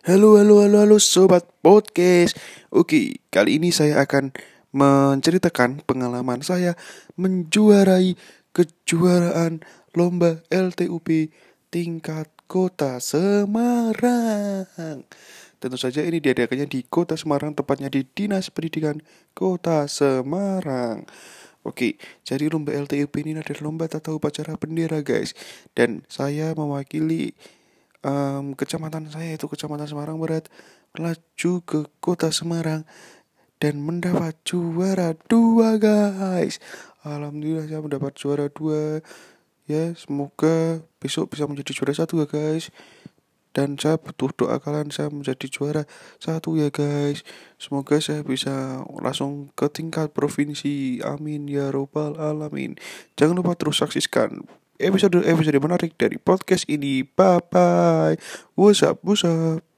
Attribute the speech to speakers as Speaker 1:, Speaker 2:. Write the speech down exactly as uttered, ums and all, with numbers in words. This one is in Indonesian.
Speaker 1: Halo, halo, halo, halo, sobat podcast. Oke, kali ini saya akan menceritakan pengalaman saya menjuarai kejuaraan lomba L T U P tingkat kota Semarang. Tentu saja ini diadakannya di kota Semarang, tepatnya di Dinas Pendidikan Kota Semarang. Oke, jadi lomba L T U P ini adalah lomba tata upacara bendera, guys. Dan saya mewakili um, kecamatan saya, itu kecamatan Semarang Barat, melaju ke kota Semarang dan mendapat juara dua, guys. Alhamdulillah saya mendapat juara dua. Ya, semoga besok bisa menjadi juara satu ya, guys. Dan saya butuh doa kalian saya menjadi juara satu ya, guys. Semoga saya bisa langsung ke tingkat provinsi. Amin ya robbal alamin. Jangan lupa terus saksikan episode-episode menarik dari podcast ini. Bye bye. What's up, what's up.